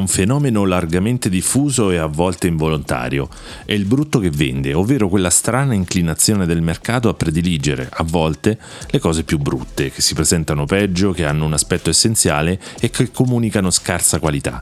un fenomeno largamente diffuso e a volte involontario. È il brutto che vende, ovvero quella strana inclinazione del mercato a prediligere, a volte, le cose più brutte, che si presentano peggio, che hanno un aspetto essenziale e che comunicano scarsa qualità.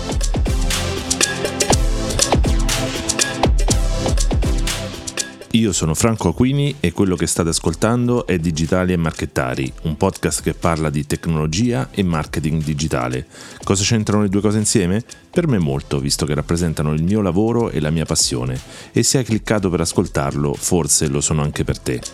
Io sono Franco Aquini e quello che state ascoltando è Digitali e Marchettari, un podcast che parla di tecnologia e marketing digitale. Cosa c'entrano le due cose insieme? Per me molto, visto che rappresentano il mio lavoro e la mia passione. E se hai cliccato per ascoltarlo, forse lo sono anche per te.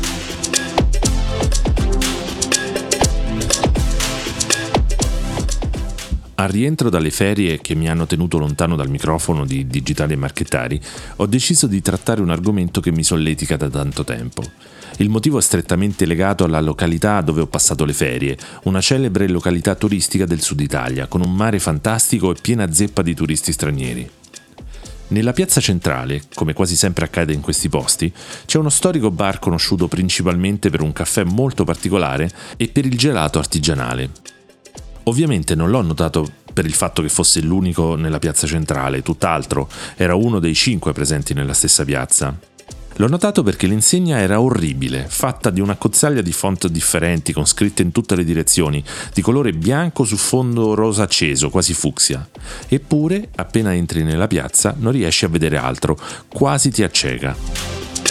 Al rientro dalle ferie che mi hanno tenuto lontano dal microfono di Digitali e Marchettari, ho deciso di trattare un argomento che mi solletica da tanto tempo. Il motivo è strettamente legato alla località dove ho passato le ferie, una celebre località turistica del sud Italia, con un mare fantastico e piena zeppa di turisti stranieri. Nella piazza centrale, come quasi sempre accade in questi posti, c'è uno storico bar conosciuto principalmente per un caffè molto particolare e per il gelato artigianale. Ovviamente non l'ho notato per il fatto che fosse l'unico nella piazza centrale, tutt'altro, era uno dei 5 presenti nella stessa piazza. L'ho notato perché l'insegna era orribile, fatta di una cozzaglia di font differenti con scritte in tutte le direzioni, di colore bianco su fondo rosa acceso, quasi fucsia. Eppure, appena entri nella piazza, non riesci a vedere altro, quasi ti acceca.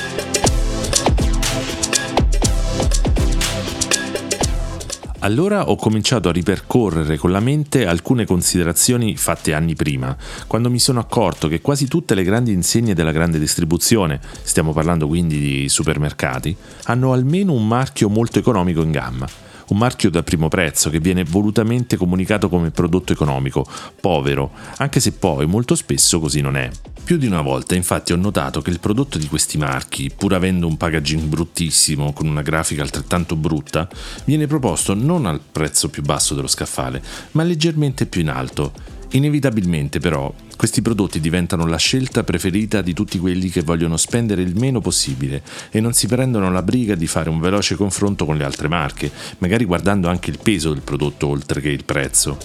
Allora ho cominciato a ripercorrere con la mente alcune considerazioni fatte anni prima, quando mi sono accorto che quasi tutte le grandi insegne della grande distribuzione, stiamo parlando quindi di supermercati, hanno almeno un marchio molto economico in gamma. Un marchio da primo prezzo che viene volutamente comunicato come prodotto economico, povero, anche se poi molto spesso così non è. Più di una volta infatti ho notato che il prodotto di questi marchi, pur avendo un packaging bruttissimo con una grafica altrettanto brutta, viene proposto non al prezzo più basso dello scaffale, ma leggermente più in alto. Inevitabilmente però questi prodotti diventano la scelta preferita di tutti quelli che vogliono spendere il meno possibile e non si prendono la briga di fare un veloce confronto con le altre marche, magari guardando anche il peso del prodotto oltre che il prezzo.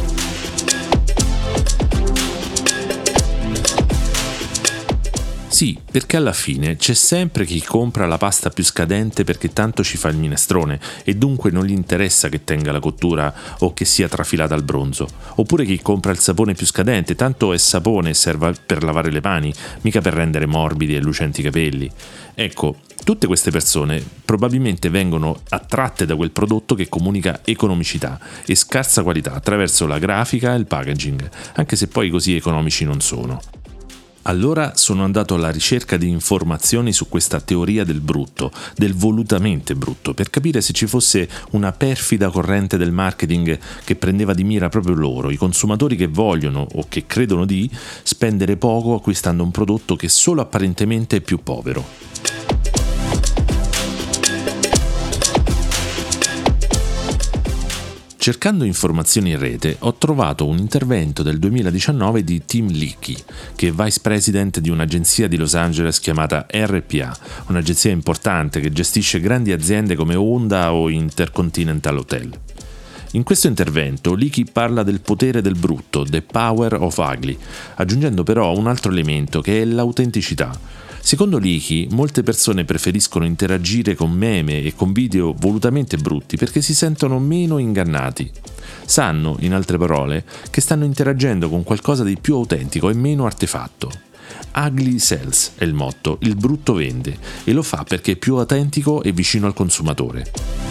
Sì, perché alla fine c'è sempre chi compra la pasta più scadente perché tanto ci fa il minestrone e dunque non gli interessa che tenga la cottura o che sia trafilata al bronzo. Oppure chi compra il sapone più scadente, tanto è sapone e serve per lavare le mani, mica per rendere morbidi e lucenti i capelli. Ecco, tutte queste persone probabilmente vengono attratte da quel prodotto che comunica economicità e scarsa qualità attraverso la grafica e il packaging, anche se poi così economici non sono. Allora sono andato alla ricerca di informazioni su questa teoria del brutto, del volutamente brutto, per capire se ci fosse una perfida corrente del marketing che prendeva di mira proprio loro, i consumatori che vogliono o che credono di spendere poco acquistando un prodotto che solo apparentemente è più povero. Cercando informazioni in rete ho trovato un intervento del 2019 di Tim Leakey, che è vice president di un'agenzia di Los Angeles chiamata RPA, un'agenzia importante che gestisce grandi aziende come Honda o Intercontinental Hotel. In questo intervento Leakey parla del potere del brutto, the power of ugly, aggiungendo però un altro elemento che è l'autenticità. Secondo Leakey, molte persone preferiscono interagire con meme e con video volutamente brutti perché si sentono meno ingannati. Sanno, in altre parole, che stanno interagendo con qualcosa di più autentico e meno artefatto. Ugly sells è il motto, il brutto vende, e lo fa perché è più autentico e vicino al consumatore.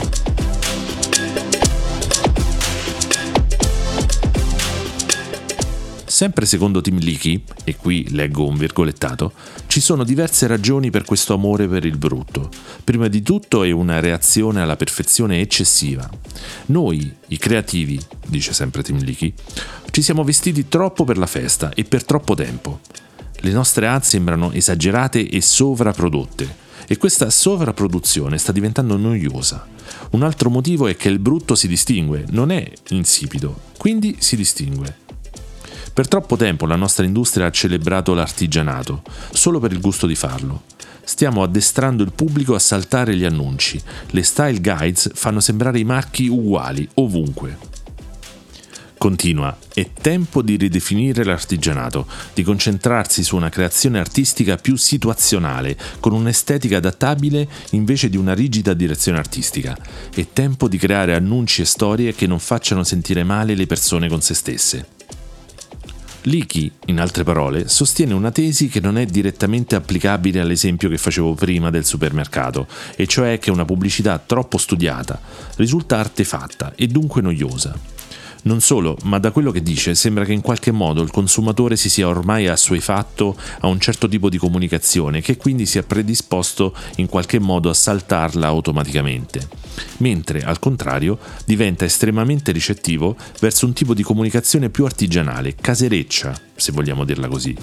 Sempre secondo Tim Leakey, e qui leggo un virgolettato, ci sono diverse ragioni per questo amore per il brutto. Prima di tutto è una reazione alla perfezione eccessiva. Noi, i creativi, dice sempre Tim Leakey, ci siamo vestiti troppo per la festa e per troppo tempo. Le nostre ad sembrano esagerate e sovraprodotte. E questa sovrapproduzione sta diventando noiosa. Un altro motivo è che il brutto si distingue, non è insipido, quindi si distingue. Per troppo tempo la nostra industria ha celebrato l'artigianato, solo per il gusto di farlo. Stiamo addestrando il pubblico a saltare gli annunci. Le style guides fanno sembrare i marchi uguali, ovunque. Continua, è tempo di ridefinire l'artigianato, di concentrarsi su una creazione artistica più situazionale, con un'estetica adattabile invece di una rigida direzione artistica. È tempo di creare annunci e storie che non facciano sentire male le persone con se stesse. Leakey, in altre parole, sostiene una tesi che non è direttamente applicabile all'esempio che facevo prima del supermercato, e cioè che una pubblicità troppo studiata risulta artefatta e dunque noiosa. Non solo, ma da quello che dice sembra che in qualche modo il consumatore si sia ormai assuefatto a un certo tipo di comunicazione, che quindi sia predisposto in qualche modo a saltarla automaticamente, mentre al contrario diventa estremamente ricettivo verso un tipo di comunicazione più artigianale, casereccia, se vogliamo dirla così.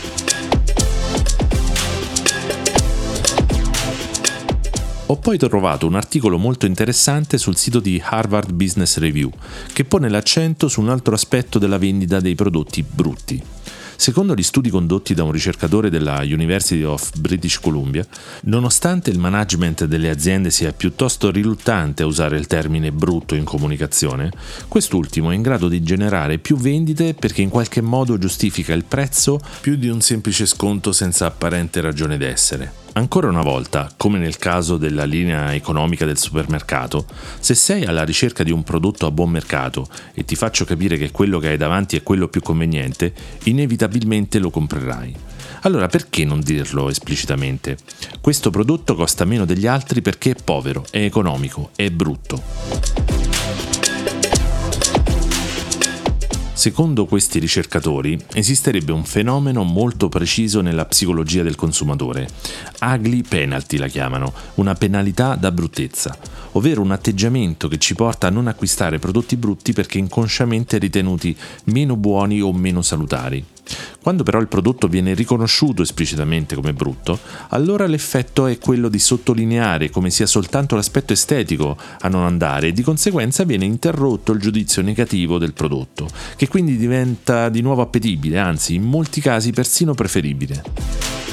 Ho poi trovato un articolo molto interessante sul sito di Harvard Business Review che pone l'accento su un altro aspetto della vendita dei prodotti brutti. Secondo gli studi condotti da un ricercatore della University of British Columbia, nonostante il management delle aziende sia piuttosto riluttante a usare il termine brutto in comunicazione, quest'ultimo è in grado di generare più vendite perché in qualche modo giustifica il prezzo più di un semplice sconto senza apparente ragione d'essere. Ancora una volta, come nel caso della linea economica del supermercato, se sei alla ricerca di un prodotto a buon mercato e ti faccio capire che quello che hai davanti è quello più conveniente, inevitabilmente lo comprerai. Allora perché non dirlo esplicitamente? Questo prodotto costa meno degli altri perché è povero, è economico, è brutto. Secondo questi ricercatori esisterebbe un fenomeno molto preciso nella psicologia del consumatore. Ugly penalty la chiamano, una penalità da bruttezza, ovvero un atteggiamento che ci porta a non acquistare prodotti brutti perché inconsciamente ritenuti meno buoni o meno salutari. Quando però il prodotto viene riconosciuto esplicitamente come brutto, allora l'effetto è quello di sottolineare come sia soltanto l'aspetto estetico a non andare e di conseguenza viene interrotto il giudizio negativo del prodotto, che quindi diventa di nuovo appetibile, anzi in molti casi persino preferibile.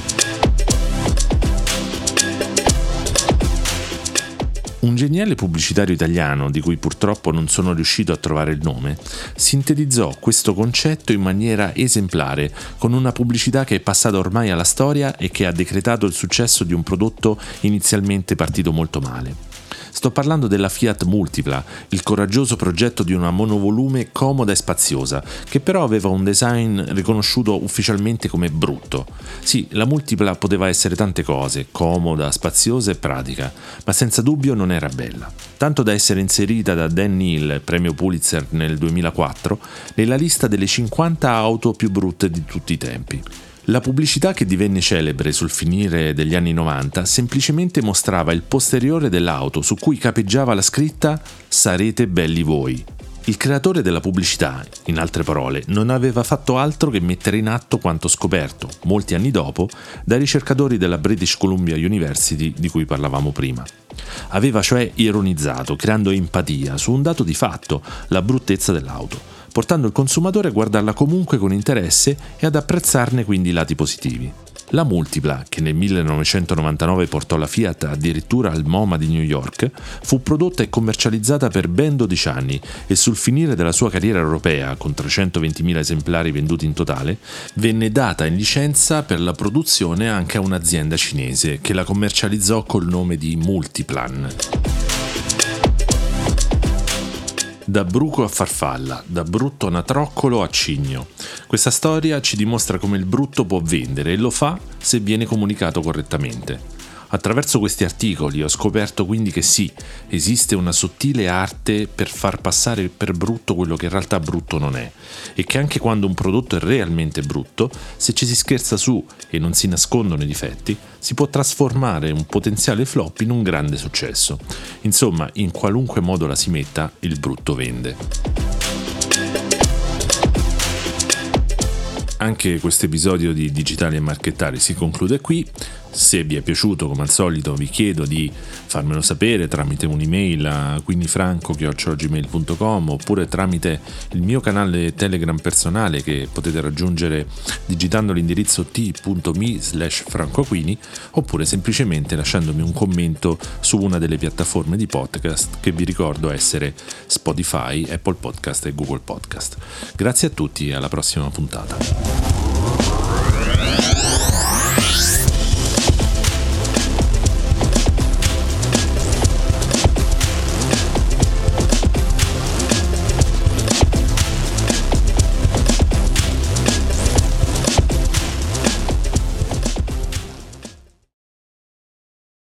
Un geniale pubblicitario italiano, di cui purtroppo non sono riuscito a trovare il nome, sintetizzò questo concetto in maniera esemplare con una pubblicità che è passata ormai alla storia e che ha decretato il successo di un prodotto inizialmente partito molto male. Sto parlando della Fiat Multipla, il coraggioso progetto di una monovolume comoda e spaziosa, che però aveva un design riconosciuto ufficialmente come brutto. Sì, la Multipla poteva essere tante cose, comoda, spaziosa e pratica, ma senza dubbio non era bella. Tanto da essere inserita da Dan Neal, premio Pulitzer nel 2004, nella lista delle 50 auto più brutte di tutti i tempi. La pubblicità che divenne celebre sul finire degli anni 90 semplicemente mostrava il posteriore dell'auto su cui capeggiava la scritta "Sarete belli voi". Il creatore della pubblicità, in altre parole, non aveva fatto altro che mettere in atto quanto scoperto, molti anni dopo, dai ricercatori della British Columbia University di cui parlavamo prima. Aveva cioè ironizzato, creando empatia su un dato di fatto, la bruttezza dell'auto, portando il consumatore a guardarla comunque con interesse e ad apprezzarne quindi i lati positivi. La Multipla, che nel 1999 portò la Fiat addirittura al MoMA di New York, fu prodotta e commercializzata per ben 12 anni e sul finire della sua carriera europea, con 320.000 esemplari venduti in totale, venne data in licenza per la produzione anche a un'azienda cinese che la commercializzò col nome di Multiplan. Da bruco a farfalla, da brutto anatroccolo a cigno. Questa storia ci dimostra come il brutto può vendere e lo fa se viene comunicato correttamente. Attraverso questi articoli ho scoperto quindi che sì, esiste una sottile arte per far passare per brutto quello che in realtà brutto non è, e che anche quando un prodotto è realmente brutto, se ci si scherza su e non si nascondono i difetti, si può trasformare un potenziale flop in un grande successo. Insomma, in qualunque modo la si metta, il brutto vende. Anche questo episodio di Digitali e Marchettari si conclude qui. Se vi è piaciuto, come al solito, vi chiedo di farmelo sapere tramite un'email a quinifranco@gmail.com oppure tramite il mio canale Telegram personale che potete raggiungere digitando l'indirizzo t.me/francoquini oppure semplicemente lasciandomi un commento su una delle piattaforme di podcast che vi ricordo essere Spotify, Apple Podcast e Google Podcast. Grazie a tutti e alla prossima puntata.